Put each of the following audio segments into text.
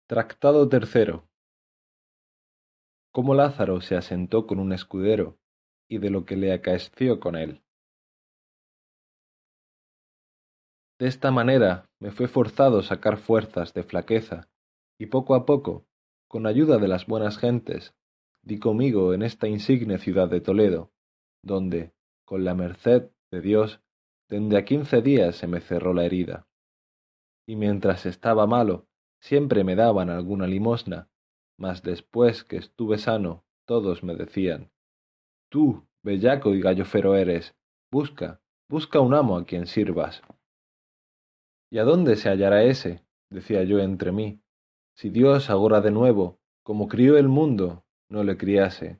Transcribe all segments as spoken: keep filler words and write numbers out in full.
Tractado tercero. Cómo Lázaro se asentó con un escudero, y de lo que le acaeció con él. De esta manera me fue forzado sacar fuerzas de flaqueza, y poco a poco, con ayuda de las buenas gentes, di conmigo en esta insigne ciudad de Toledo, donde, con la merced de Dios, dende a quince días se me cerró la herida. Y mientras estaba malo, siempre me daban alguna limosna, mas después que estuve sano, todos me decían, tú, bellaco y gallofero eres, busca, busca un amo a quien sirvas. ¿Y a dónde se hallará ese? Decía yo entre mí, si Dios agora de nuevo, como crió el mundo, no le criase.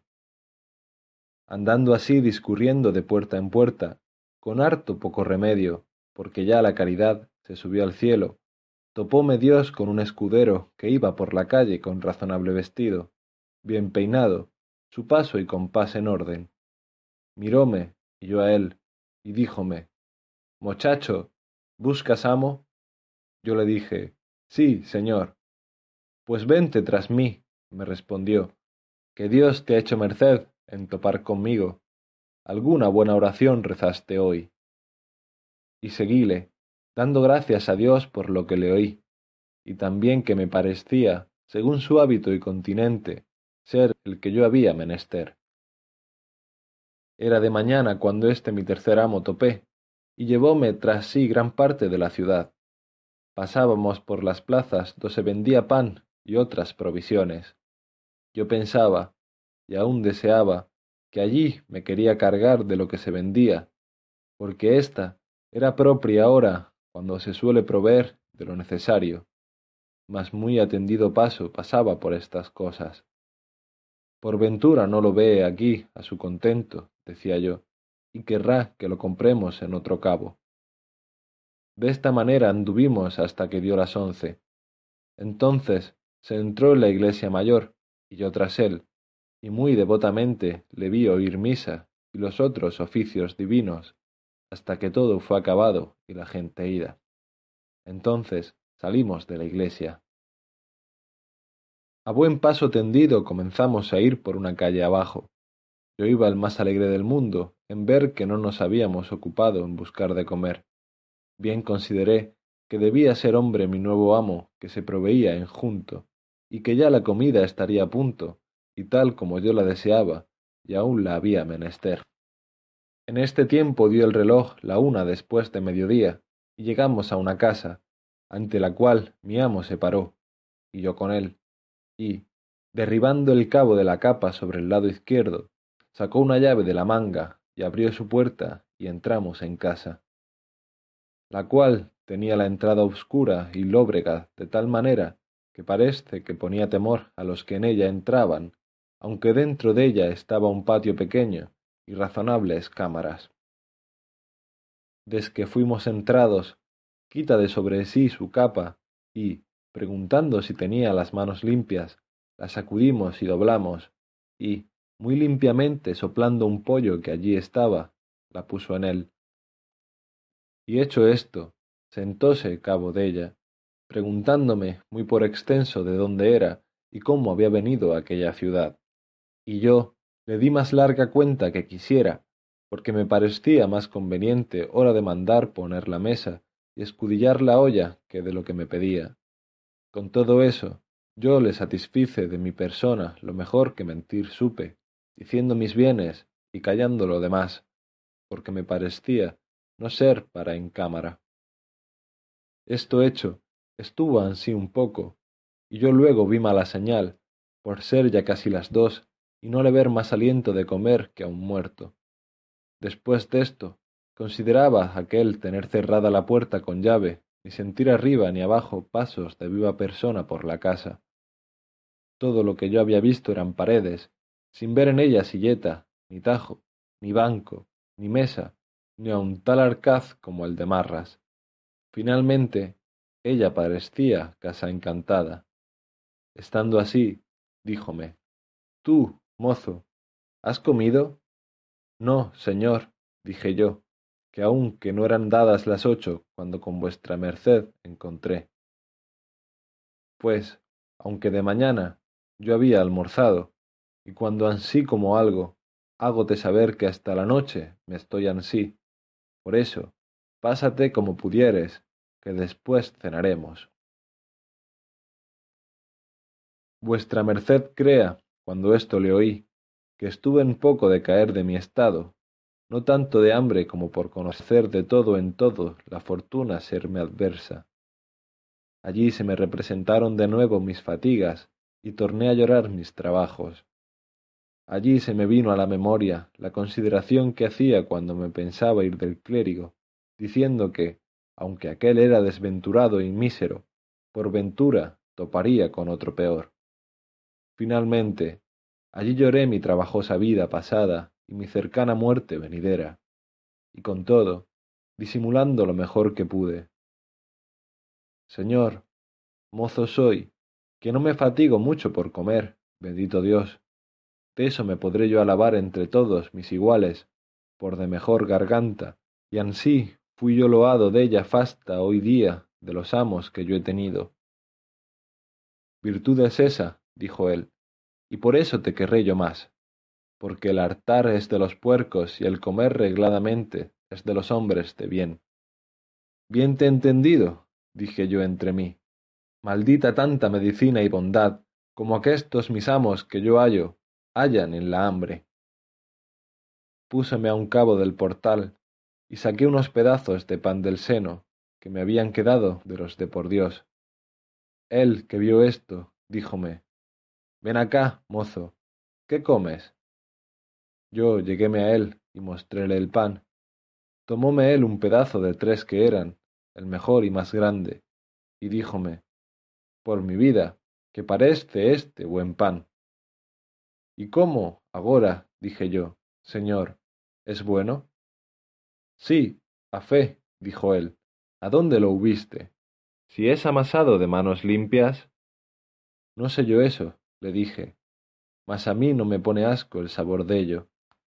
Andando así discurriendo de puerta en puerta, con harto poco remedio, porque ya la caridad se subió al cielo, topóme Dios con un escudero que iba por la calle con razonable vestido, bien peinado, su paso y compás en orden. Miróme, y yo a él, y díjome, «Mochacho, ¿buscas amo?» Yo le dije, «Sí, señor». «Pues vente tras mí», me respondió, «que Dios te ha hecho merced en topar conmigo. Alguna buena oración rezaste hoy». Y seguíle, dando gracias a Dios por lo que le oí, y también que me parecía, según su hábito y continente, ser el que yo había menester. Era de mañana cuando este mi tercer amo topé, y llevóme tras sí gran parte de la ciudad. Pasábamos por las plazas do se vendía pan y otras provisiones. Yo pensaba, y aún deseaba, que allí me quería cargar de lo que se vendía, porque ésta era propia hora cuando se suele proveer de lo necesario, mas muy atendido paso pasaba por estas cosas. Por ventura no lo ve aquí a su contento, decía yo, y querrá que lo compremos en otro cabo. De esta manera anduvimos hasta que dio las once. Entonces se entró en la iglesia mayor, y yo tras él, y muy devotamente le vi oír misa y los otros oficios divinos, hasta que todo fue acabado y la gente ida. Entonces salimos de la iglesia. A buen paso tendido comenzamos a ir por una calle abajo. Yo iba el más alegre del mundo en ver que no nos habíamos ocupado en buscar de comer. Bien consideré que debía ser hombre mi nuevo amo que se proveía en junto, y que ya la comida estaría a punto, y tal como yo la deseaba, y aún la había menester. En este tiempo dio el reloj la una después de mediodía, y llegamos a una casa, ante la cual mi amo se paró, y yo con él, y, derribando el cabo de la capa sobre el lado izquierdo, sacó una llave de la manga y abrió su puerta, y entramos en casa, la cual tenía la entrada obscura y lóbrega de tal manera que parece que ponía temor a los que en ella entraban, aunque dentro de ella estaba un patio pequeño y razonables cámaras. Desque fuimos entrados, quita de sobre sí su capa, y, preguntando si tenía las manos limpias, la sacudimos y doblamos, y, muy limpiamente soplando un pollo que allí estaba, la puso en él. Y hecho esto, sentóse cabo della, preguntándome muy por extenso de dónde era y cómo había venido a aquella ciudad. Y yo le di más larga cuenta que quisiera, porque me parecía más conveniente hora de mandar poner la mesa y escudillar la olla que de lo que me pedía. Con todo eso, yo le satisfice de mi persona lo mejor que mentir supe, diciendo mis bienes y callando lo demás, porque me parecía no ser para en cámara. Esto hecho, estuvo ansí un poco, y yo luego vi mala señal, por ser ya casi las dos, y no le ver más aliento de comer que a un muerto. Después de esto, consideraba aquel tener cerrada la puerta con llave, ni sentir arriba ni abajo pasos de viva persona por la casa. Todo lo que yo había visto eran paredes, sin ver en ellas silleta, ni tajo, ni banco, ni mesa, ni aun tal arcaz como el de Marras. Finalmente, ella parecía casa encantada. Estando así, díjome, «Tú, mozo, ¿has comido?» «No, señor», dije yo, «que aun que no eran dadas las ocho cuando con vuestra merced encontré». «Pues, aunque de mañana yo había almorzado, y cuando ansí como algo, hágote saber que hasta la noche me estoy ansí. Por eso, pásate como pudieres, que después cenaremos. Vuestra merced crea, cuando esto le oí, que estuve en poco de caer de mi estado, no tanto de hambre como por conocer de todo en todo la fortuna serme adversa. Allí se me representaron de nuevo mis fatigas y torné a llorar mis trabajos. Allí se me vino a la memoria la consideración que hacía cuando me pensaba ir del clérigo, diciendo que, aunque aquel era desventurado y mísero, por ventura toparía con otro peor. Finalmente, allí lloré mi trabajosa vida pasada y mi cercana muerte venidera, y con todo, disimulando lo mejor que pude. Señor, mozo soy, que no me fatigo mucho por comer, bendito Dios. De eso me podré yo alabar entre todos mis iguales, por de mejor garganta, y ansí fui yo loado della fasta hoy día de los amos que yo he tenido. Virtud es esa, dijo él, y por eso te querré yo más, porque el hartar es de los puercos y el comer regladamente es de los hombres de bien. Bien te he entendido, dije yo entre mí, maldita tanta medicina y bondad, como aquestos mis amos que yo hallo, hallan en la hambre. Púseme a un cabo del portal, y saqué unos pedazos de pan del seno, que me habían quedado de los de por Dios. Él, que vio esto, díjome, ven acá, mozo, ¿qué comes? Yo lleguéme a él y mostréle el pan. Tomóme él un pedazo de tres que eran, el mejor y más grande, y díjome, por mi vida, que parece este buen pan. ¿Y cómo, agora, dije yo, señor, es bueno? Sí, a fe, dijo él, ¿a dónde lo hubiste? Si es amasado de manos limpias. No sé yo eso, le dije, mas a mí no me pone asco el sabor de ello.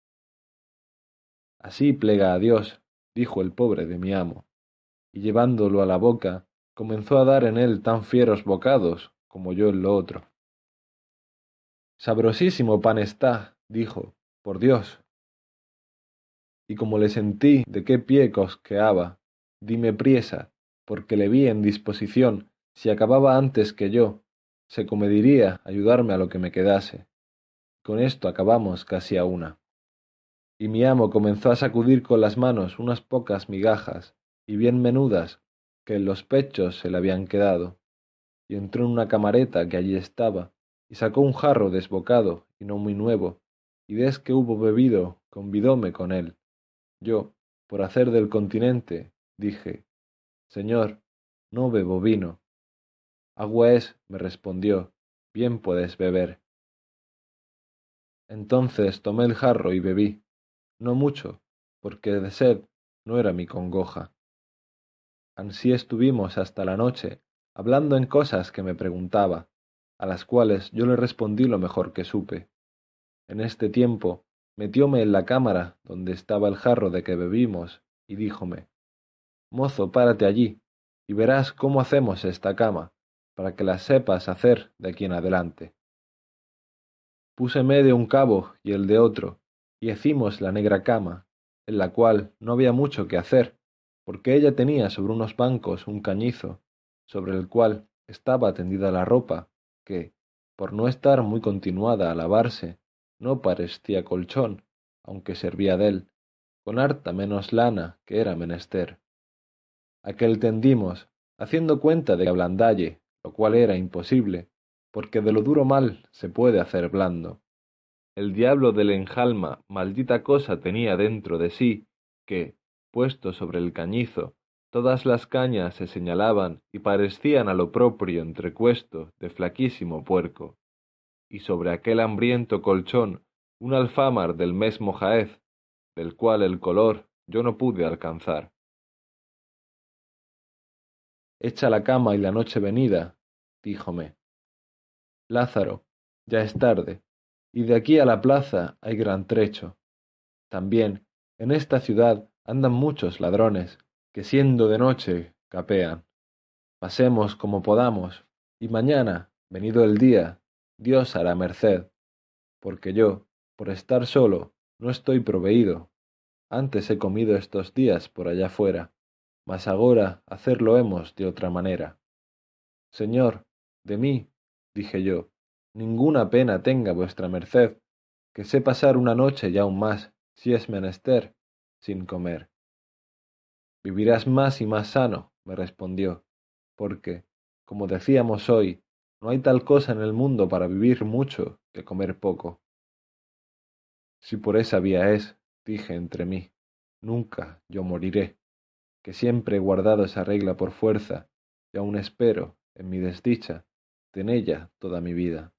Así plega a Dios, dijo el pobre de mi amo, y llevándolo a la boca, comenzó a dar en él tan fieros bocados como yo en lo otro. Sabrosísimo pan está, dijo, por Dios. Y como le sentí de qué pie cosqueaba, dime priesa, porque le vi en disposición, si acababa antes que yo, se comediría ayudarme a lo que me quedase. Con esto acabamos casi a una. Y mi amo comenzó a sacudir con las manos unas pocas migajas, y bien menudas, que en los pechos se le habían quedado, y entró en una camareta que allí estaba, y sacó un jarro desbocado y no muy nuevo, y des que hubo bebido, convidóme con él. Yo, por hacer del continente, dije, Señor, no bebo vino. Agua es, me respondió, bien puedes beber. Entonces tomé el jarro y bebí, no mucho, porque de sed no era mi congoja. Ansí estuvimos hasta la noche, hablando en cosas que me preguntaba, a las cuales yo le respondí lo mejor que supe. En este tiempo metióme en la cámara donde estaba el jarro de que bebimos, y díjome, Mozo, párate allí, y verás cómo hacemos esta cama, para que la sepas hacer de aquí en adelante. Púseme de un cabo y el de otro, y hicimos la negra cama, en la cual no había mucho que hacer, porque ella tenía sobre unos bancos un cañizo, sobre el cual estaba tendida la ropa, que, por no estar muy continuada a lavarse, no parecía colchón, aunque servía de él, con harta menos lana que era menester. Aquel tendimos, haciendo cuenta de ablandalle, lo cual era imposible, porque de lo duro mal se puede hacer blando. El diablo del enjalma maldita cosa tenía dentro de sí, que, puesto sobre el cañizo, todas las cañas se señalaban y parecían a lo proprio entrecuesto de flaquísimo puerco, y sobre aquel hambriento colchón un alfamar del mesmo jaez, del cual el color yo no pude alcanzar. Hecha la cama y la noche venida, díjome, Lázaro, ya es tarde, y de aquí a la plaza hay gran trecho. También, en esta ciudad andan muchos ladrones, que siendo de noche capean. Pasemos como podamos, y mañana, Venido el día, Dios hará merced, porque yo, por estar solo, no estoy proveído. Antes he comido estos días por allá fuera, mas agora hacerlo hemos de otra manera. Señor, de mí, dije yo, ninguna pena tenga vuestra merced, que sé pasar una noche y aún más, si es menester, sin comer. Vivirás más y más sano, me respondió, porque, como decíamos hoy, no hay tal cosa en el mundo para vivir mucho que comer poco. Si por esa vía es, dije entre mí, nunca yo moriré, que siempre he guardado esa regla por fuerza, y aún espero, en mi desdicha, tenella toda mi vida.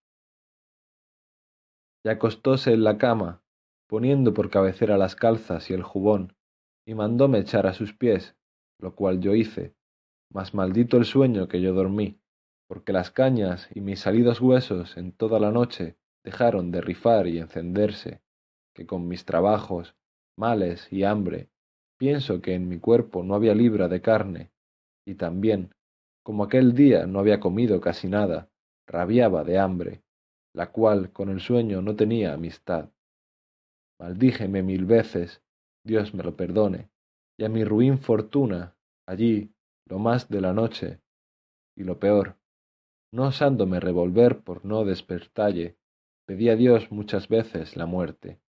Y acostóse en la cama, poniendo por cabecera las calzas y el jubón, y mandóme echar a sus pies, lo cual yo hice, mas maldito el sueño que yo dormí, porque las cañas y mis salidos huesos en toda la noche dejaron de rifar y encenderse, que con mis trabajos, males y hambre, pienso que en mi cuerpo no había libra de carne, y también, como aquel día no había comido casi nada, rabiaba de hambre, la cual con el sueño no tenía amistad. Maldíjeme mil veces, Dios me lo perdone, y a mi ruin fortuna, allí, lo más de la noche, y lo peor, no osándome revolver por no despertalle, pedí a Dios muchas veces la muerte.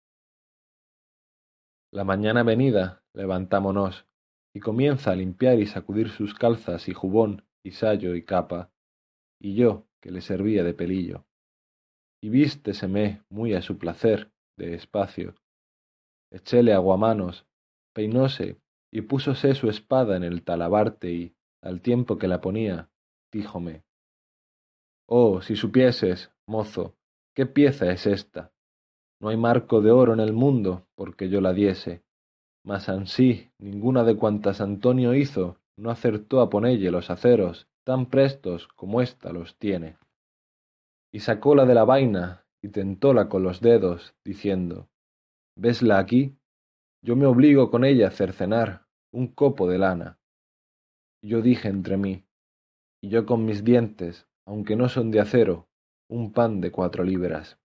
La mañana venida, levantámonos, y comienza a limpiar y sacudir sus calzas y jubón y sayo y capa, y yo, que le servía de pelillo. Y vísteseme muy a su placer, de espacio. Echéle aguamanos, peinóse y púsose su espada en el talabarte y, al tiempo que la ponía, díjome, «Oh, si supieses, mozo, qué pieza es esta. No hay marco de oro en el mundo porque yo la diese, mas ansí ninguna de cuantas Antonio hizo no acertó a ponelle los aceros tan prestos como ésta los tiene». Y sacóla de la vaina y tentóla con los dedos, diciendo, «¿Vesla aquí? Yo me obligo con ella a cercenar un copo de lana». Y yo dije entre mí, y yo con mis dientes, aunque no son de acero, un pan de cuatro libras.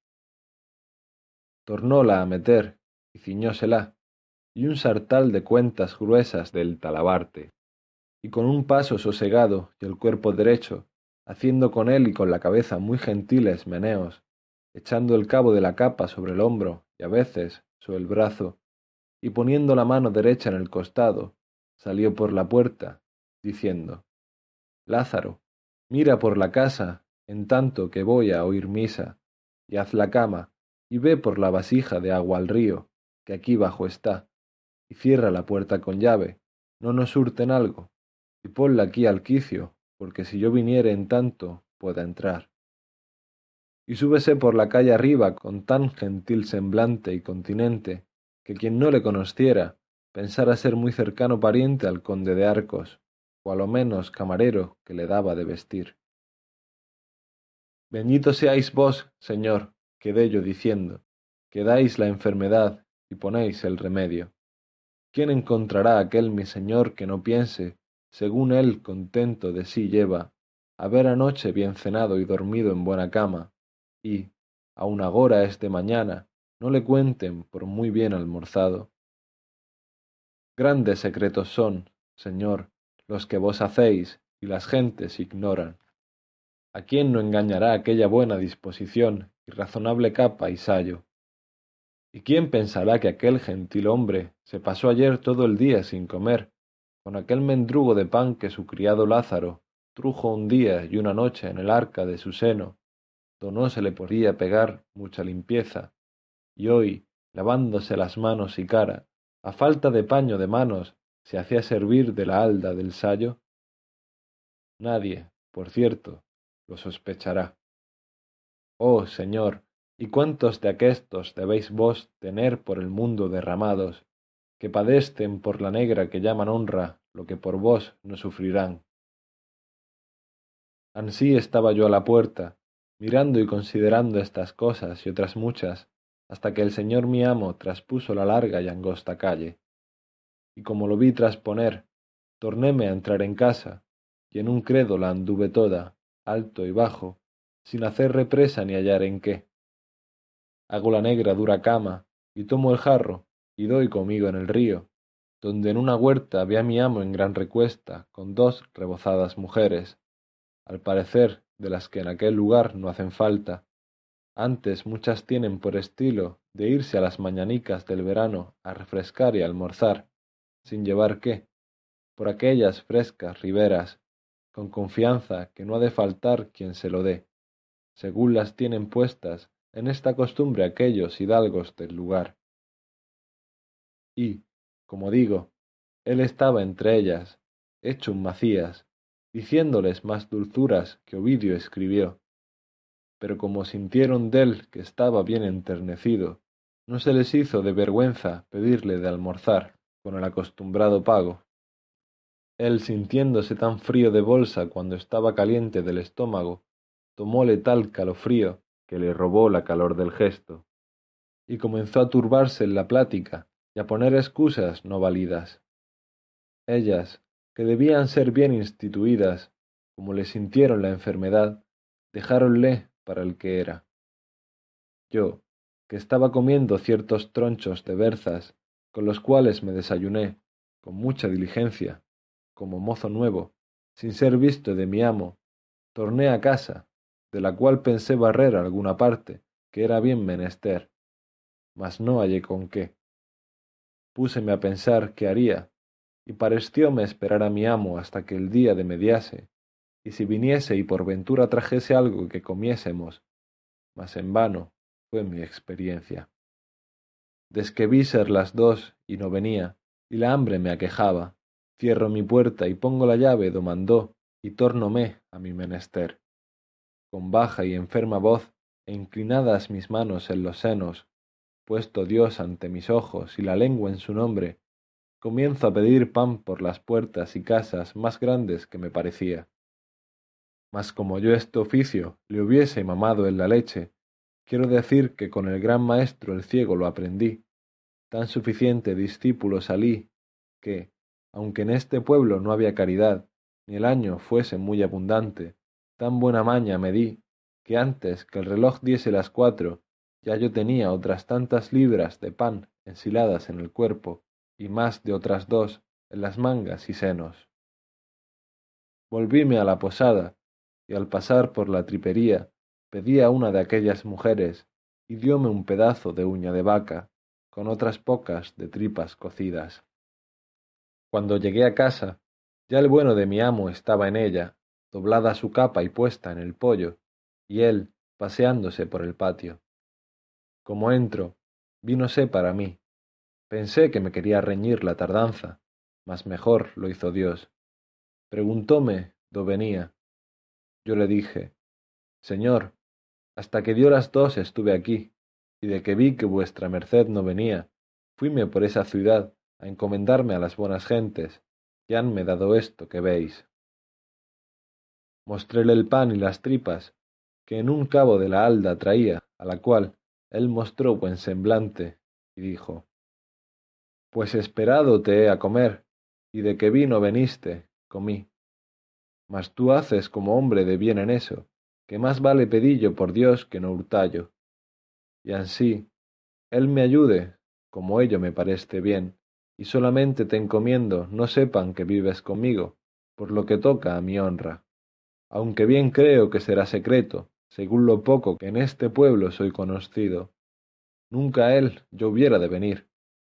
Tornóla a meter, y ciñósela, y un sartal de cuentas gruesas del talabarte, y con un paso sosegado y el cuerpo derecho, haciendo con él y con la cabeza muy gentiles meneos, echando el cabo de la capa sobre el hombro y a veces sobre el brazo, y poniendo la mano derecha en el costado, salió por la puerta, diciendo, «Lázaro, mira por la casa, en tanto que voy a oír misa, y haz la cama, y ve por la vasija de agua al río, que aquí bajo está, y cierra la puerta con llave, no nos hurten algo, y ponla aquí al quicio, porque si yo viniere en tanto, pueda entrar». Y súbese por la calle arriba con tan gentil semblante y continente, que quien no le conociera pensara ser muy cercano pariente al conde de Arcos, o a lo menos camarero que le daba de vestir. Bendito seáis vos, señor, quedé yo diciendo, que dais la enfermedad y ponéis el remedio. ¿Quién encontrará aquel mi señor que no piense, según él contento de sí lleva, haber anoche bien cenado y dormido en buena cama, y, aun agora es de mañana, no le cuenten por muy bien almorzado? Grandes secretos son, señor, los que vos hacéis y las gentes ignoran. ¿A quién no engañará aquella buena disposición y razonable capa y sayo? ¿Y quién pensará que aquel gentil hombre se pasó ayer todo el día sin comer, con aquel mendrugo de pan que su criado Lázaro trujo un día y una noche en el arca de su seno, do no se le podía pegar mucha limpieza, y hoy, lavándose las manos y cara, a falta de paño de manos, se hacía servir de la halda del sayo? Nadie, por cierto, lo sospechará. Oh, señor, ¿y cuántos de aquestos debéis vos tener por el mundo derramados, que padecen por la negra que llaman honra lo que por vos no sufrirán? Ansí estaba yo a la puerta, mirando y considerando estas cosas y otras muchas, hasta que el señor mi amo traspuso la larga y angosta calle. Y como lo vi trasponer, tornéme a entrar en casa, y en un credo la anduve toda, alto y bajo, sin hacer represa ni hallar en qué. Hago la negra dura cama, y tomo el jarro, y doy conmigo en el río, donde en una huerta ve a mi amo en gran recuesta, con dos rebozadas mujeres, al parecer de las que en aquel lugar no hacen falta. Antes muchas tienen por estilo de irse a las mañanicas del verano a refrescar y almorzar, sin llevar qué, por aquellas frescas riberas, con confianza que no ha de faltar quien se lo dé, según las tienen puestas en esta costumbre aquellos hidalgos del lugar. Y, como digo, él estaba entre ellas, hecho un Macías, diciéndoles más dulzuras que Ovidio escribió. Pero como sintieron dél que estaba bien enternecido, no se les hizo de vergüenza pedirle de almorzar, con el acostumbrado pago. Él, sintiéndose tan frío de bolsa cuando estaba caliente del estómago, tomóle tal calofrío que le robó la calor del gesto, y comenzó a turbarse en la plática y a poner excusas no válidas. Ellas, que debían ser bien instituidas, como le sintieron la enfermedad, dejáronle para el que era. Yo, que estaba comiendo ciertos tronchos de berzas, con los cuales me desayuné, con mucha diligencia, como mozo nuevo, sin ser visto de mi amo, torné a casa, de la cual pensé barrer alguna parte, que era bien menester, mas no hallé con qué. Púseme a pensar qué haría, y parecióme esperar a mi amo hasta que el día de mediase, y si viniese y por ventura trajese algo que comiésemos, mas en vano fue mi experiencia. Desque vi ser las dos y no venía, y la hambre me aquejaba, cierro mi puerta y pongo la llave do mandó, y tórnome a mi menester. Con baja y enferma voz, e inclinadas mis manos en los senos, puesto Dios ante mis ojos y la lengua en su nombre, comienzo a pedir pan por las puertas y casas más grandes que me parecía. Mas como yo este oficio le hubiese mamado en la leche, quiero decir que con el gran maestro el ciego lo aprendí, tan suficiente discípulo salí, que, aunque en este pueblo no había caridad, ni el año fuese muy abundante, tan buena maña me di, que antes que el reloj diese las cuatro, ya yo tenía otras tantas libras de pan ensiladas en el cuerpo, y más de otras dos en las mangas y senos. Volvíme a la posada, y al pasar por la tripería, pedí a una de aquellas mujeres, y dióme un pedazo de uña de vaca, con otras pocas de tripas cocidas. Cuando llegué a casa, ya el bueno de mi amo estaba en ella, doblada su capa y puesta en el poyo, y él paseándose por el patio. Como entro, vínose para mí. Pensé que me quería reñir la tardanza, mas mejor lo hizo Dios. Preguntóme dó venía. Yo le dije, Señor, hasta que dio las dos estuve aquí, y de que vi que vuestra merced no venía, fuime por esa ciudad a encomendarme a las buenas gentes, y hanme dado esto que veis. Mostréle el pan y las tripas, que en un cabo de la halda traía, a la cual él mostró buen semblante, y dijo, Pues esperado te he a comer, y de que vi no veniste, comí. Mas tú haces como hombre de bien en eso, que más vale pedillo por Dios que no hurtallo. Y ansí, él me ayude, como ello me parece bien, y solamente te encomiendo no sepan que vives conmigo, por lo que toca a mi honra, aunque bien creo que será secreto, según lo poco que en este pueblo soy conocido. Nunca él yo hubiera de venir.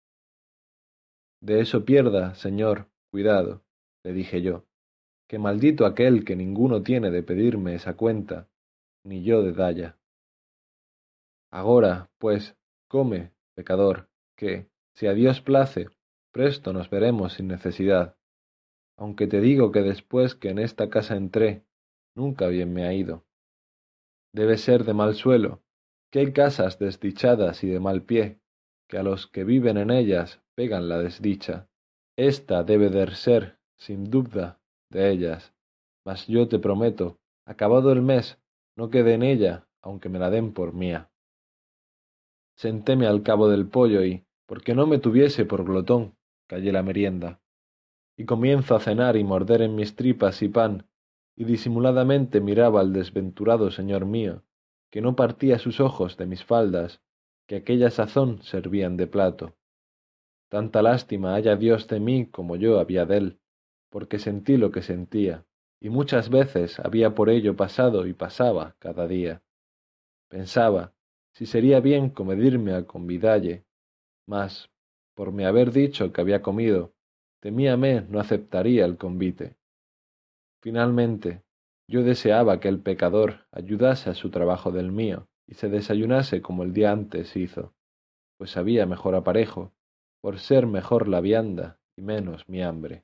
De eso pierda, señor, cuidado, le dije yo, que maldito aquel que ninguno tiene de pedirme esa cuenta, ni yo de dalla. Agora, pues, come, pecador, que, si a Dios place, presto nos veremos sin necesidad, aunque te digo que después que en esta casa entré, nunca bien me ha ido. Debe ser de mal suelo, que hay casas desdichadas y de mal pie, que a los que viven en ellas pegan la desdicha. Esta debe de ser, sin duda, de ellas, mas yo te prometo, acabado el mes, no quede en ella, aunque me la den por mía. Sentéme al cabo del pollo y, porque no me tuviese por glotón, callé la merienda, y comienzo a cenar y morder en mis tripas y pan, y disimuladamente miraba al desventurado señor mío, que no partía sus ojos de mis faldas, que aquella sazón servían de plato. Tanta lástima haya Dios de mí como yo había dél, porque sentí lo que sentía, y muchas veces había por ello pasado y pasaba cada día. Pensaba, si sería bien comedirme a convidalle, mas, por me haber dicho que había comido, temíame no aceptaría el convite. Finalmente, yo deseaba que el pecador ayudase a su trabajo del mío, y se desayunase como el día antes hizo, pues había mejor aparejo, por ser mejor la vianda y menos mi hambre.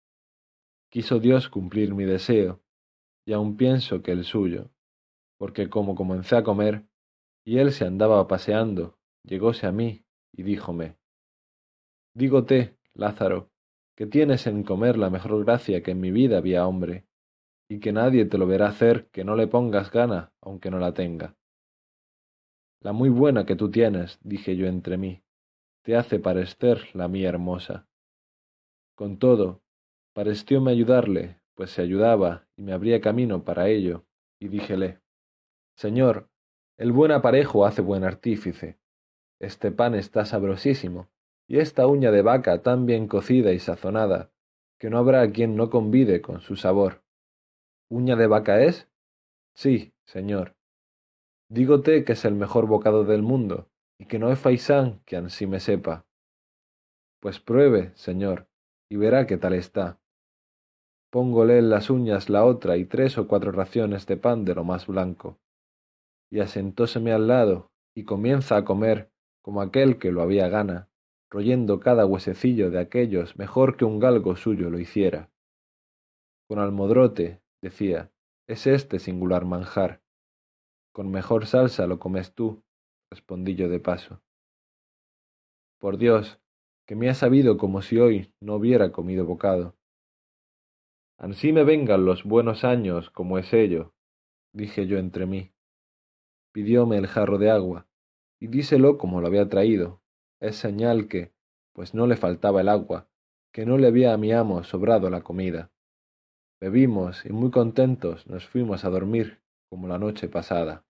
Quiso Dios cumplir mi deseo, y aun pienso que el suyo, porque como comencé a comer, y él se andaba paseando, llegóse a mí, y díjome, dígote, Lázaro, que tienes en comer la mejor gracia que en mi vida había hombre, y que nadie te lo verá hacer que no le pongas gana, aunque no la tenga. La muy buena que tú tienes, dije yo entre mí, te hace parecer la mía hermosa. Con todo, parecióme ayudarle, pues se ayudaba y me abría camino para ello, y díjele, Señor, el buen aparejo hace buen artífice. Este pan está sabrosísimo, y esta uña de vaca tan bien cocida y sazonada, que no habrá quien no convide con su sabor. ¿Uña de vaca es? Sí, señor. Dígote que es el mejor bocado del mundo, y que no hay faisán que ansí me sepa. Pues pruebe, señor, y verá qué tal está. Póngole en las uñas la otra y tres o cuatro raciones de pan de lo más blanco. Y asentóseme al lado, y comienza a comer como aquel que lo había gana, royendo cada huesecillo de aquellos mejor que un galgo suyo lo hiciera. Con almodrote, decía, es este singular manjar. Con mejor salsa lo comes tú, respondí yo de paso. Por Dios, que me ha sabido como si hoy no hubiera comido bocado. Ansí me vengan los buenos años como es ello, dije yo entre mí. Pidióme el jarro de agua, y díselo como lo había traído. Es señal que, pues no le faltaba el agua, que no le había a mi amo sobrado la comida. Bebimos y muy contentos nos fuimos a dormir, como la noche pasada.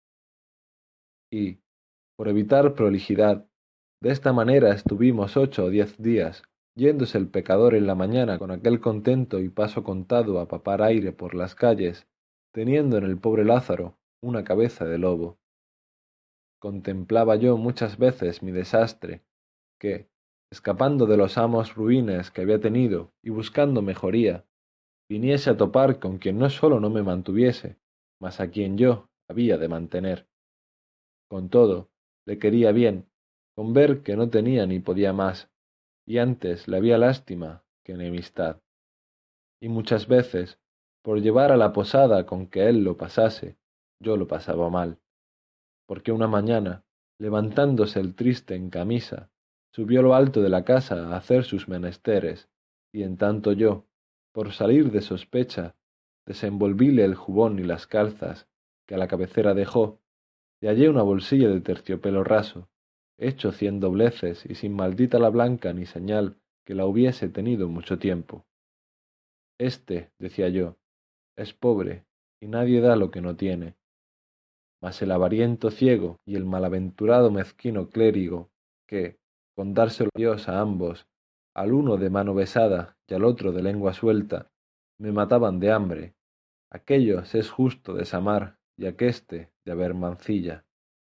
Y, por evitar prolijidad, de esta manera estuvimos ocho o diez días, yéndose el pecador en la mañana con aquel contento y paso contado a papar aire por las calles, teniendo en el pobre Lázaro una cabeza de lobo. Contemplaba yo muchas veces mi desastre, que, escapando de los amos ruines que había tenido y buscando mejoría, viniese a topar con quien no sólo no me mantuviese, mas a quien yo había de mantener. Con todo, le quería bien, con ver que no tenía ni podía más, y antes le había lástima que enemistad. Y muchas veces, por llevar a la posada con que él lo pasase, yo lo pasaba mal, porque una mañana, levantándose el triste en camisa, subió a lo alto de la casa a hacer sus menesteres, y en tanto yo, por salir de sospecha, desenvolvíle el jubón y las calzas, que a la cabecera dejó, y hallé una bolsilla de terciopelo raso, hecho cien dobleces y sin maldita la blanca ni señal que la hubiese tenido mucho tiempo. Este, decía yo, es pobre, y nadie da lo que no tiene. Mas el avariento ciego y el malaventurado mezquino clérigo, que, con dárselo Dios a ambos, al uno de mano besada y al otro de lengua suelta, me mataban de hambre, aquellos es justo desamar y aquéste de haber mancilla.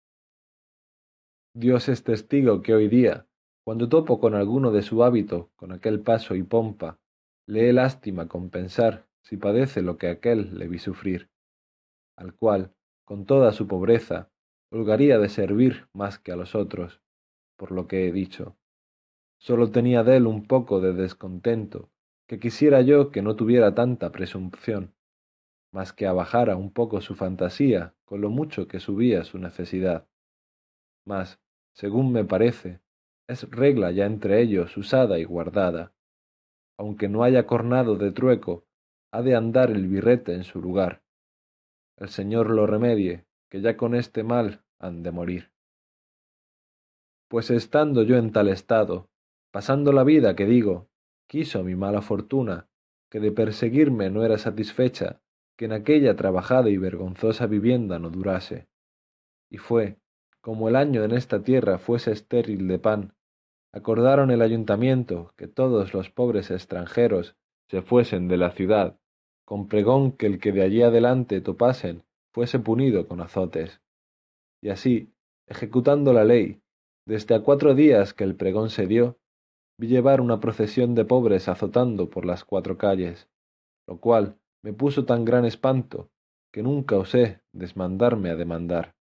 Dios es testigo que hoy día, cuando topo con alguno de su hábito, con aquel paso y pompa, le he lástima con pensar si padece lo que aquel le vi sufrir, al cual, con toda su pobreza, holgaría de servir más que a los otros, por lo que he dicho. Sólo tenía de él un poco de descontento, que quisiera yo que no tuviera tanta presunción, mas que abajara un poco su fantasía con lo mucho que subía su necesidad. Mas, según me parece, es regla ya entre ellos usada y guardada. Aunque no haya cornado de trueco, ha de andar el birrete en su lugar. El Señor lo remedie, que ya con este mal han de morir. Pues estando yo en tal estado, pasando la vida que digo, quiso mi mala fortuna, que de perseguirme no era satisfecha, que en aquella trabajada y vergonzosa vivienda no durase. Y fue, como el año en esta tierra fuese estéril de pan, acordaron el ayuntamiento que todos los pobres extranjeros se fuesen de la ciudad, con pregón que el que de allí adelante topasen fuese punido con azotes. Y así, ejecutando la ley, desde a cuatro días que el pregón se dio, vi llevar una procesión de pobres azotando por las cuatro calles, lo cual me puso tan gran espanto que nunca osé desmandarme a demandar.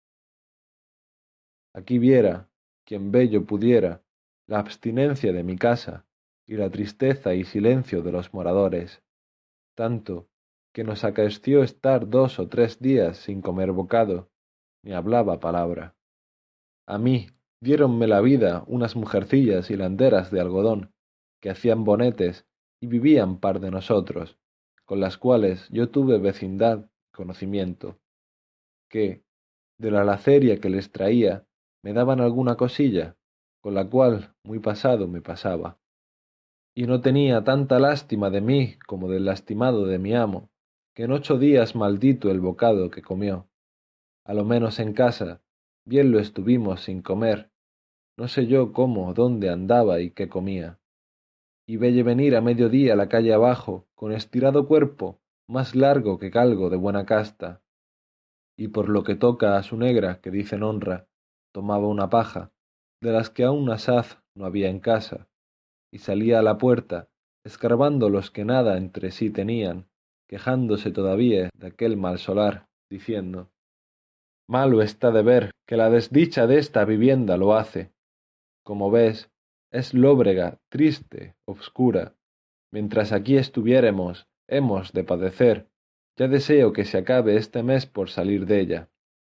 Aquí viera, quien bello pudiera, la abstinencia de mi casa y la tristeza y silencio de los moradores, tanto que nos acaeció estar dos o tres días sin comer bocado, ni hablaba palabra. A mí diéronme la vida unas mujercillas hilanderas de algodón, que hacían bonetes y vivían par de nosotros, con las cuales yo tuve vecindad y conocimiento, que, de la laceria que les traía, me daban alguna cosilla, con la cual muy pasado me pasaba. Y no tenía tanta lástima de mí como del lastimado de mi amo, que en ocho días maldito el bocado que comió. A lo menos en casa, bien lo estuvimos sin comer, no sé yo cómo, dónde andaba y qué comía. Y velle venir a mediodía la calle abajo, con estirado cuerpo, más largo que galgo de buena casta. Y por lo que toca a su negra, que dicen honra, tomaba una paja, de las que aún asaz no había en casa, y salía a la puerta, escarbando los que nada entre sí tenían, quejándose todavía de aquel mal solar, diciendo, malo está de ver que la desdicha de esta vivienda lo hace. Como ves, es lóbrega, triste, obscura. Mientras aquí estuviéremos, hemos de padecer. Ya deseo que se acabe este mes por salir de ella.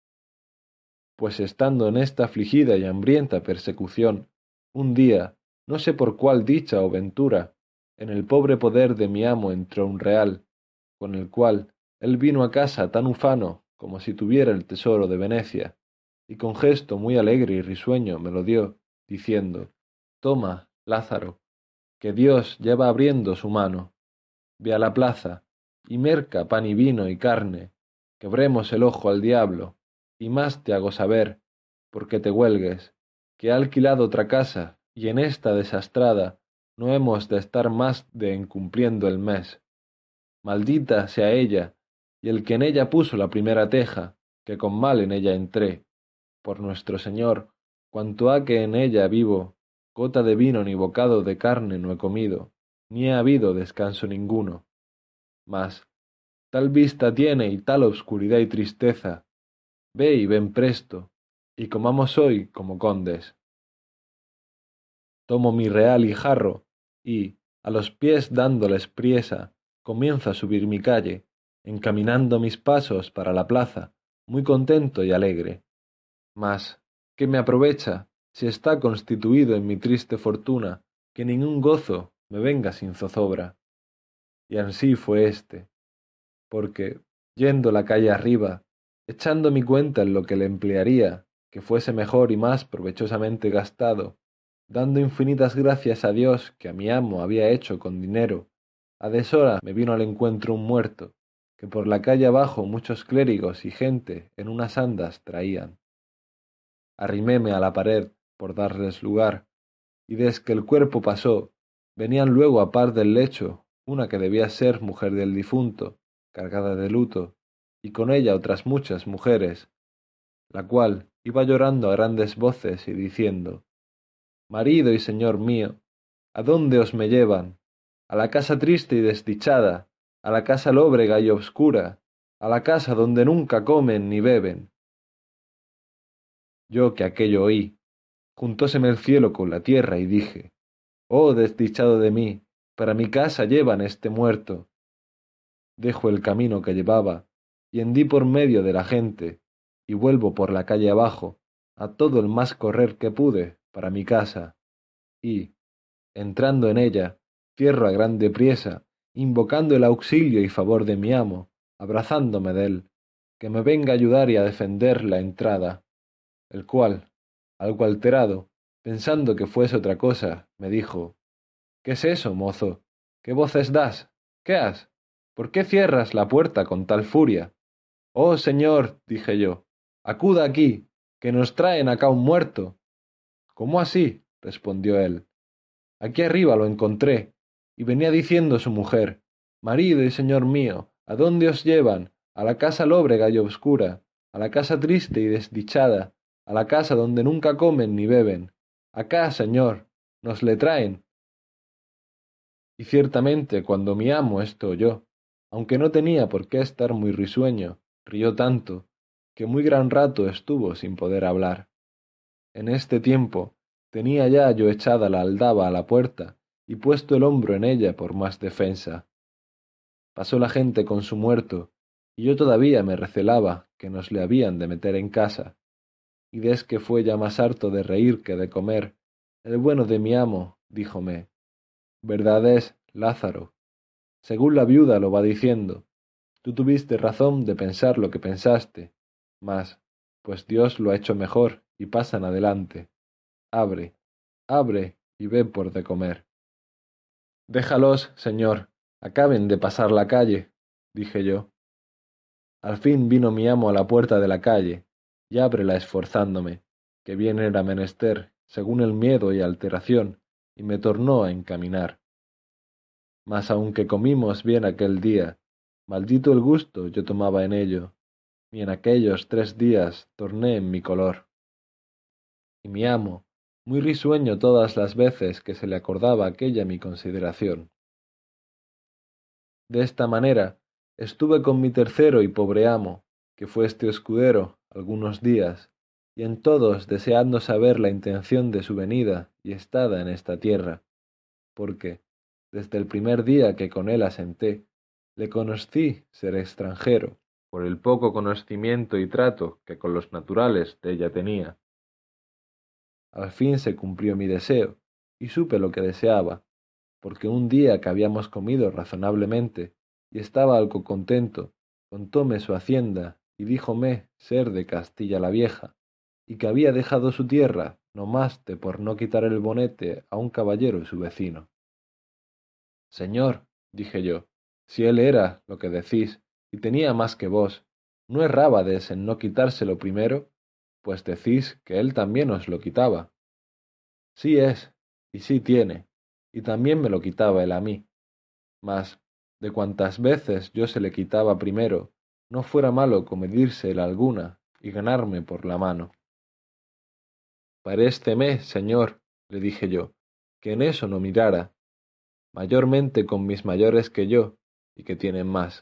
Pues estando en esta afligida y hambrienta persecución, un día, no sé por cuál dicha o ventura, en el pobre poder de mi amo entró un real, con el cual él vino a casa tan ufano como si tuviera el tesoro de Venecia, y con gesto muy alegre y risueño me lo dio, diciendo, toma, Lázaro, que Dios lleva abriendo su mano. Ve a la plaza, y merca pan y vino y carne, quebremos el ojo al diablo, y más te hago saber, porque te huelgues, que he alquilado otra casa, y en esta desastrada no hemos de estar más de en cumpliendo el mes. Maldita sea ella, y el que en ella puso la primera teja, que con mal en ella entré. Por nuestro Señor, cuanto ha que en ella vivo, gota de vino ni bocado de carne no he comido, ni he habido descanso ninguno. Mas, tal vista tiene y tal obscuridad y tristeza, ve y ven presto, y comamos hoy como condes. Tomo mi real y jarro, y, a los pies dándoles priesa, comienzo a subir mi calle, encaminando mis pasos para la plaza, muy contento y alegre. Mas, ¿qué me aprovecha, si está constituido en mi triste fortuna, que ningún gozo me venga sin zozobra? Y ansí fue éste, porque, yendo la calle arriba, echando mi cuenta en lo que le emplearía, que fuese mejor y más provechosamente gastado, dando infinitas gracias a Dios que a mi amo había hecho con dinero, a deshora me vino al encuentro un muerto, que por la calle abajo muchos clérigos y gente en unas andas traían. Arriméme a la pared por darles lugar, y desde que el cuerpo pasó, venían luego a par del lecho una que debía ser mujer del difunto, cargada de luto, y con ella otras muchas mujeres, la cual iba llorando a grandes voces y diciendo, marido y señor mío, ¿a dónde os me llevan? A la casa triste y desdichada, a la casa lóbrega y obscura, a la casa donde nunca comen ni beben. Yo que aquello oí, juntóseme el cielo con la tierra y dije, oh desdichado de mí, para mi casa llevan este muerto. Dejo el camino que llevaba, y hendí por medio de la gente, y vuelvo por la calle abajo, a todo el más correr que pude, para mi casa, y, entrando en ella, cierro a grande priesa, invocando el auxilio y favor de mi amo, abrazándome de él, que me venga a ayudar y a defender la entrada, el cual, algo alterado, pensando que fuese otra cosa, me dijo, ¿qué es eso, mozo? ¿Qué voces das? ¿Qué has? ¿por qué cierras la puerta con tal furia? Oh, señor, dije yo, acuda aquí, que nos traen acá un muerto. ¿Cómo así? Respondió él. Aquí arriba lo encontré, y venía diciendo su mujer, marido y señor mío, ¿a dónde os llevan? A la casa lóbrega y obscura, a la casa triste y desdichada, a la casa donde nunca comen ni beben. Acá, señor, nos le traen. Y ciertamente cuando mi amo esto oyó, aunque no tenía por qué estar muy risueño, rió tanto, que muy gran rato estuvo sin poder hablar. En este tiempo tenía ya yo echada la aldaba a la puerta y puesto el hombro en ella por más defensa. Pasó la gente con su muerto, y yo todavía me recelaba que nos le habían de meter en casa. Y des que fue ya más harto de reír que de comer, el bueno de mi amo díjome, verdad es, Lázaro, según la viuda lo va diciendo, tú tuviste razón de pensar lo que pensaste, mas, pues Dios lo ha hecho mejor y pasan adelante. Abre, abre y ven por de comer. Déjalos, señor, acaben de pasar la calle, dije yo. Al fin vino mi amo a la puerta de la calle, y ábrela esforzándome, que bien era menester, según el miedo y alteración, y me tornó a encaminar. Mas aunque comimos bien aquel día, maldito el gusto yo tomaba en ello, y en aquellos tres días torné en mi color. Y mi amo, muy risueño todas las veces que se le acordaba aquella mi consideración. De esta manera estuve con mi tercero y pobre amo, que fue este escudero, algunos días, y en todos deseando saber la intención de su venida y estada en esta tierra, porque, desde el primer día que con él asenté, le conocí ser extranjero, por el poco conocimiento y trato que con los naturales de ella tenía. Al fin se cumplió mi deseo, y supe lo que deseaba, porque un día que habíamos comido razonablemente, y estaba algo contento, contóme su hacienda, y díjome ser de Castilla la Vieja, y que había dejado su tierra, no más de por no quitar el bonete a un caballero su vecino. Señor, dije yo, si él era lo que decís, y tenía más que vos, ¿no errábades en no quitárselo primero? Pues decís que él también os lo quitaba. Sí es, y sí tiene, y también me lo quitaba él a mí. Mas, de cuantas veces yo se le quitaba primero, no fuera malo comedírsela alguna y ganarme por la mano. Parésteme, señor, le dije yo, que en eso no mirara, mayormente con mis mayores que yo, y que tienen más.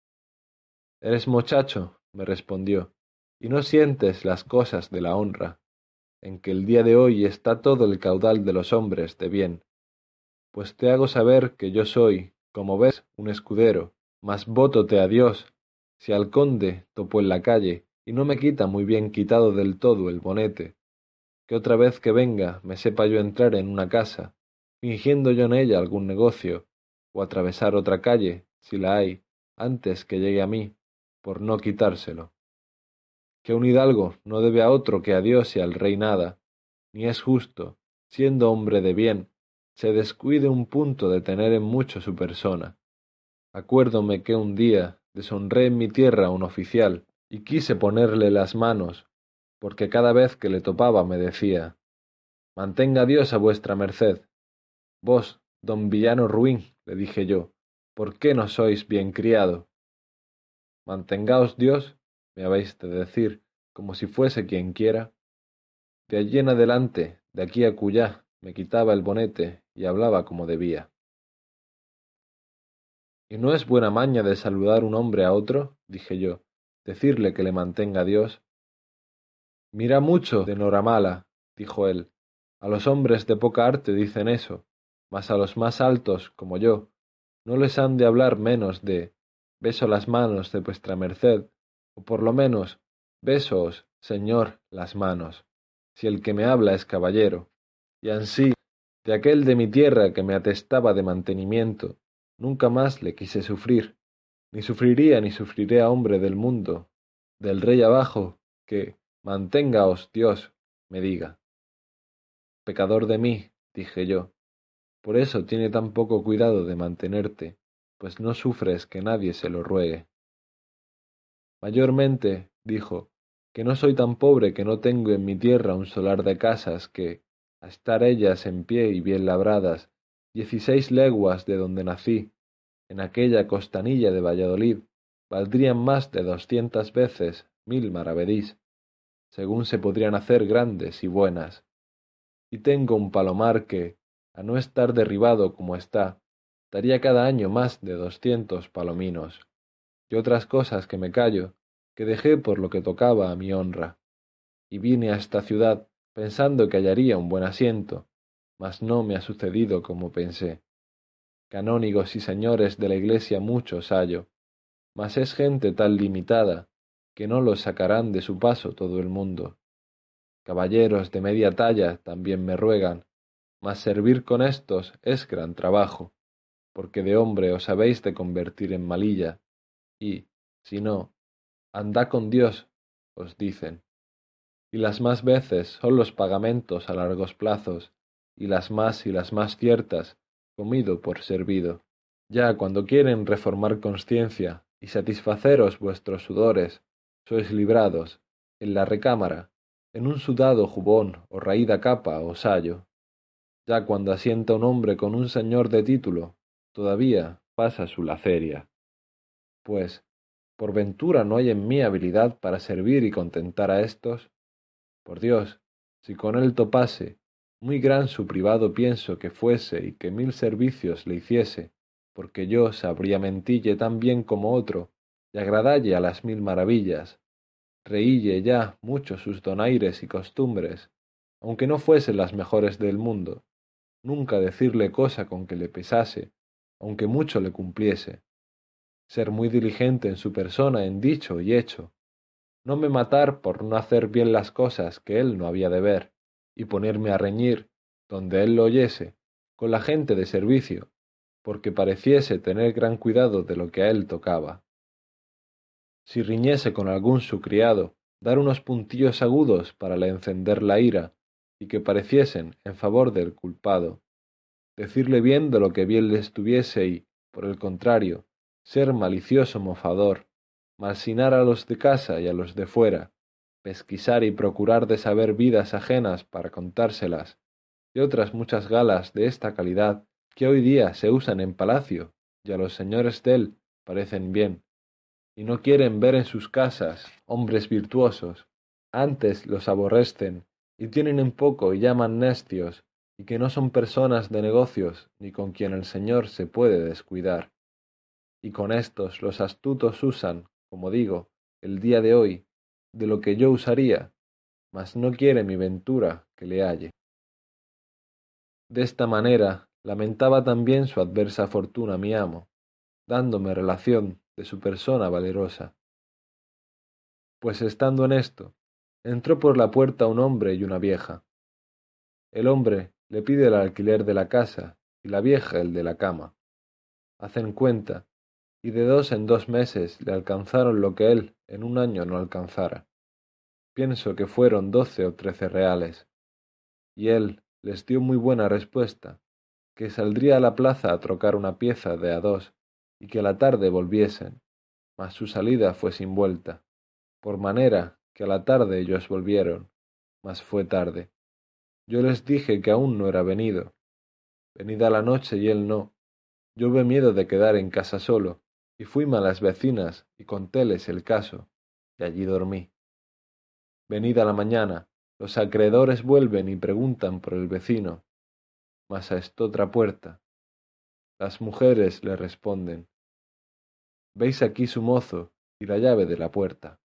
Eres mochacho, me respondió, y no sientes las cosas de la honra, en que el día de hoy está todo el caudal de los hombres de bien. Pues te hago saber que yo soy, como ves, un escudero, mas vótote a Dios, si al conde topo en la calle, y no me quita muy bien quitado del todo el bonete, que otra vez que venga me sepa yo entrar en una casa, fingiendo yo en ella algún negocio, o atravesar otra calle, si la hay, antes que llegue a mí, por no quitárselo. Que un hidalgo no debe a otro que a Dios y al rey nada, ni es justo, siendo hombre de bien, se descuide un punto de tener en mucho su persona. Acuérdome que un día deshonré en mi tierra a un oficial, y quise ponerle las manos, porque cada vez que le topaba me decía, mantenga Dios a vuestra merced. Vos, don villano ruin, le dije yo, ¿por qué no sois bien criado? Mantengaos Dios, me habéis de decir, como si fuese quien quiera. De allí en adelante, de aquí a cuyá, me quitaba el bonete y hablaba como debía. ¿Y no es buena maña de saludar un hombre a otro? Dije yo, decirle que le mantenga Dios. Mira mucho de Noramala, dijo él. A los hombres de poca arte dicen eso, mas a los más altos, como yo, no les han de hablar menos de beso las manos de vuestra merced, o por lo menos besoos, señor, las manos, si el que me habla es caballero. Y ansí, de aquel de mi tierra que me atestaba de mantenimiento, nunca más le quise sufrir, ni sufriría ni sufriré a hombre del mundo, del rey abajo, que, manténgaos Dios, me diga. Pecador de mí, dije yo, por eso tiene tan poco cuidado de mantenerte, pues no sufres que nadie se lo ruegue. Mayormente, dijo, que no soy tan pobre que no tengo en mi tierra un solar de casas que, a estar ellas en pie y bien labradas, dieciséis leguas de donde nací, en aquella costanilla de Valladolid, valdrían más de doscientas veces mil maravedís, según se podrían hacer grandes y buenas. Y tengo un palomar que, a no estar derribado como está, daría cada año más de doscientos palominos, y otras cosas que me callo, que dejé por lo que tocaba a mi honra. Y vine a esta ciudad pensando que hallaría un buen asiento, mas no me ha sucedido como pensé. Canónigos y señores de la iglesia muchos hallo, mas es gente tan limitada que no los sacarán de su paso todo el mundo. Caballeros de media talla también me ruegan, mas servir con éstos es gran trabajo, porque de hombre os habéis de convertir en malilla, y, si no, andá con Dios, os dicen. Y las más veces son los pagamentos a largos plazos, y las más y las más ciertas, comido por servido. Ya cuando quieren reformar conciencia y satisfaceros vuestros sudores, sois librados, en la recámara, en un sudado jubón o raída capa o sayo. Ya cuando asienta un hombre con un señor de título, todavía pasa su laceria. Pues, ¿por ventura no hay en mí habilidad para servir y contentar a éstos? Por Dios, si con él topase, muy gran su privado pienso que fuese y que mil servicios le hiciese, porque yo sabría mentille tan bien como otro, y agradalle a las mil maravillas, reílle ya mucho sus donaires y costumbres, aunque no fuesen las mejores del mundo, nunca decirle cosa con que le pesase, aunque mucho le cumpliese, ser muy diligente en su persona en dicho y hecho, no me matar por no hacer bien las cosas que él no había de ver, y ponerme a reñir, donde él lo oyese, con la gente de servicio, porque pareciese tener gran cuidado de lo que a él tocaba. Si riñese con algún su criado, dar unos puntillos agudos para le encender la ira, y que pareciesen en favor del culpado, decirle bien de lo que bien le estuviese y, por el contrario, ser malicioso mofador, malsinar a los de casa y a los de fuera, pesquisar y procurar de saber vidas ajenas para contárselas, y otras muchas galas de esta calidad que hoy día se usan en palacio, y a los señores dél parecen bien, y no quieren ver en sus casas hombres virtuosos, antes los aborrecen, y tienen en poco y llaman necios, y que no son personas de negocios, ni con quien el Señor se puede descuidar. Y con éstos los astutos usan, como digo, el día de hoy, de lo que yo usaría, mas no quiere mi ventura que le halle. De esta manera lamentaba también su adversa fortuna mi amo, dándome relación de su persona valerosa. Pues estando en esto, entró por la puerta un hombre y una vieja. El hombre le pide el alquiler de la casa y la vieja el de la cama. Hacen cuenta, y de dos en dos meses le alcanzaron lo que él en un año no alcanzara. Pienso que fueron doce o trece reales. Y él les dio muy buena respuesta, que saldría a la plaza a trocar una pieza de a dos, y que a la tarde volviesen, mas su salida fue sin vuelta, por manera que a la tarde ellos volvieron, mas fue tarde. Yo les dije que aún no era venido. Venida la noche y él no. Yo hubo miedo de quedar en casa solo, y fuime a las vecinas y contéles el caso, y allí dormí. Venida la mañana, los acreedores vuelven y preguntan por el vecino, mas a estotra puerta. Las mujeres le responden, veis aquí su mozo y la llave de la puerta.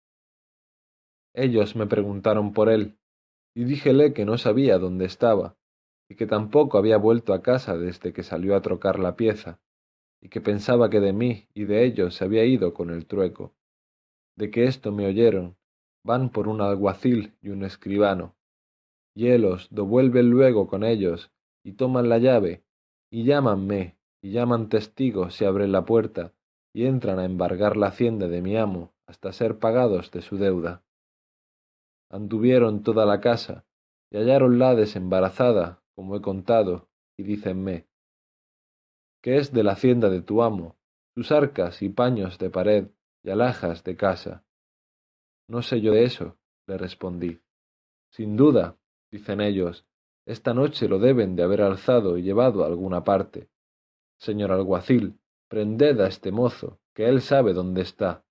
Ellos me preguntaron por él, y díjele que no sabía dónde estaba, y que tampoco había vuelto a casa desde que salió a trocar la pieza, y que pensaba que de mí y de ellos se había ido con el trueco. De que esto me oyeron, van por un alguacil y un escribano, y élos do vuelven luego con ellos, y toman la llave, y llámanme, y llaman testigos y abren la puerta, y entran a embargar la hacienda de mi amo hasta ser pagados de su deuda. Anduvieron toda la casa, y halláronla desembarazada, como he contado, y dícenme, ¿qué es de la hacienda de tu amo? sus arcas y paños de pared y alhajas de casa. No sé yo de eso, le respondí. Sin duda, dicen ellos, esta noche lo deben de haber alzado y llevado a alguna parte. Señor alguacil, prended a este mozo, que él sabe dónde está.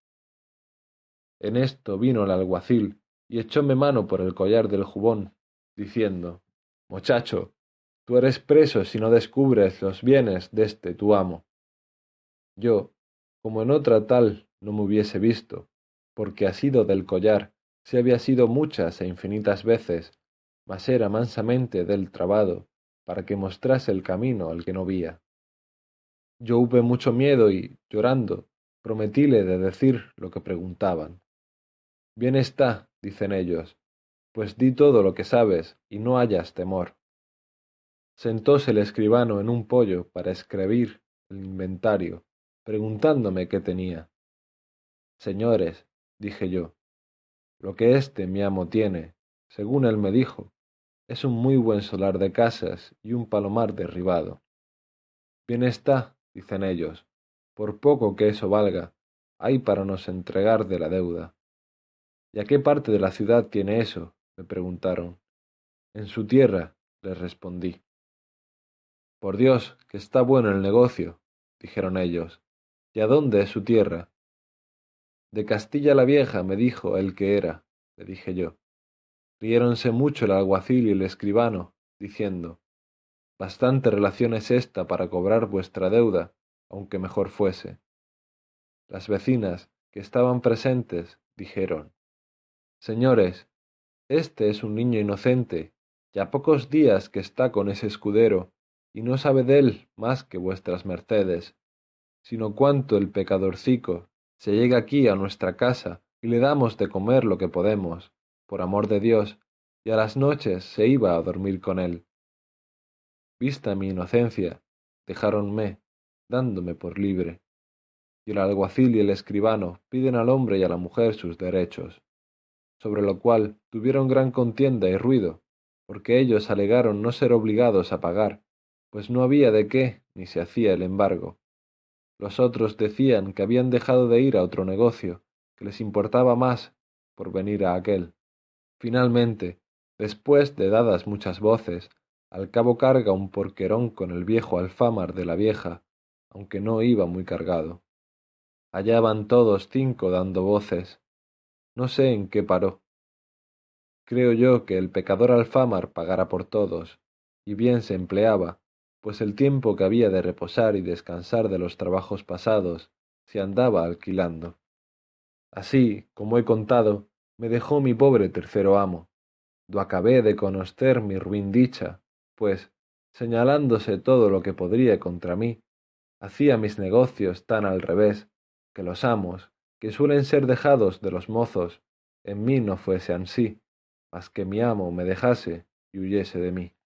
En esto vino el alguacil y echóme mano por el collar del jubón, diciendo, Mochacho, tú eres preso si no descubres los bienes deste tu amo. Yo, como en otra tal no me hubiese visto, porque asido del collar se había sido muchas e infinitas veces, mas era mansamente del trabado, para que mostrase el camino al que no vía. Yo hube mucho miedo y, llorando, prometíle de decir lo que preguntaban. Bien está, dicen ellos, pues di todo lo que sabes y no hayas temor. Sentóse el escribano en un poyo para escribir el inventario, preguntándome qué tenía. Señores, dije yo, lo que este mi amo tiene, según él me dijo, es un muy buen solar de casas y un palomar derribado. Bien está, dicen ellos, por poco que eso valga, hay para nos entregar de la deuda. ¿Y a qué parte de la ciudad tiene eso? Me preguntaron. En su tierra, les respondí. Por Dios, que está bueno el negocio, dijeron ellos. ¿Y a dónde es su tierra? De Castilla la Vieja, me dijo el que era, le dije yo. Riéronse mucho el alguacil y el escribano, diciendo, bastante relación es esta para cobrar vuestra deuda, aunque mejor fuese. Las vecinas, que estaban presentes, dijeron, Señores, este es un niño inocente, ya pocos días que está con ese escudero, y no sabe dél más que vuestras mercedes, sino cuánto el pecadorcico se llega aquí a nuestra casa y le damos de comer lo que podemos, por amor de Dios, y a las noches se iba a dormir con él. Vista mi inocencia, dejáronme, dándome por libre, y el alguacil y el escribano piden al hombre y a la mujer sus derechos, sobre lo cual tuvieron gran contienda y ruido, porque ellos alegaron no ser obligados a pagar, pues no había de qué ni se hacía el embargo. Los otros decían que habían dejado de ir a otro negocio, que les importaba más por venir a aquel. Finalmente, después de dadas muchas voces, al cabo carga un porquerón con el viejo alfamar de la vieja, aunque no iba muy cargado. Allá van todos cinco dando voces. No sé en qué paró. Creo yo que el pecador alfamar pagara por todos, y bien se empleaba, pues el tiempo que había de reposar y descansar de los trabajos pasados se andaba alquilando. Así, como he contado, me dejó mi pobre tercero amo, do acabé de conocer mi ruin dicha, pues, señalándose todo lo que podría contra mí, hacía mis negocios tan al revés, que los amos, que suelen ser dejados de los mozos, en mí no fuese ansí, mas que mi amo me dejase y huyese de mí.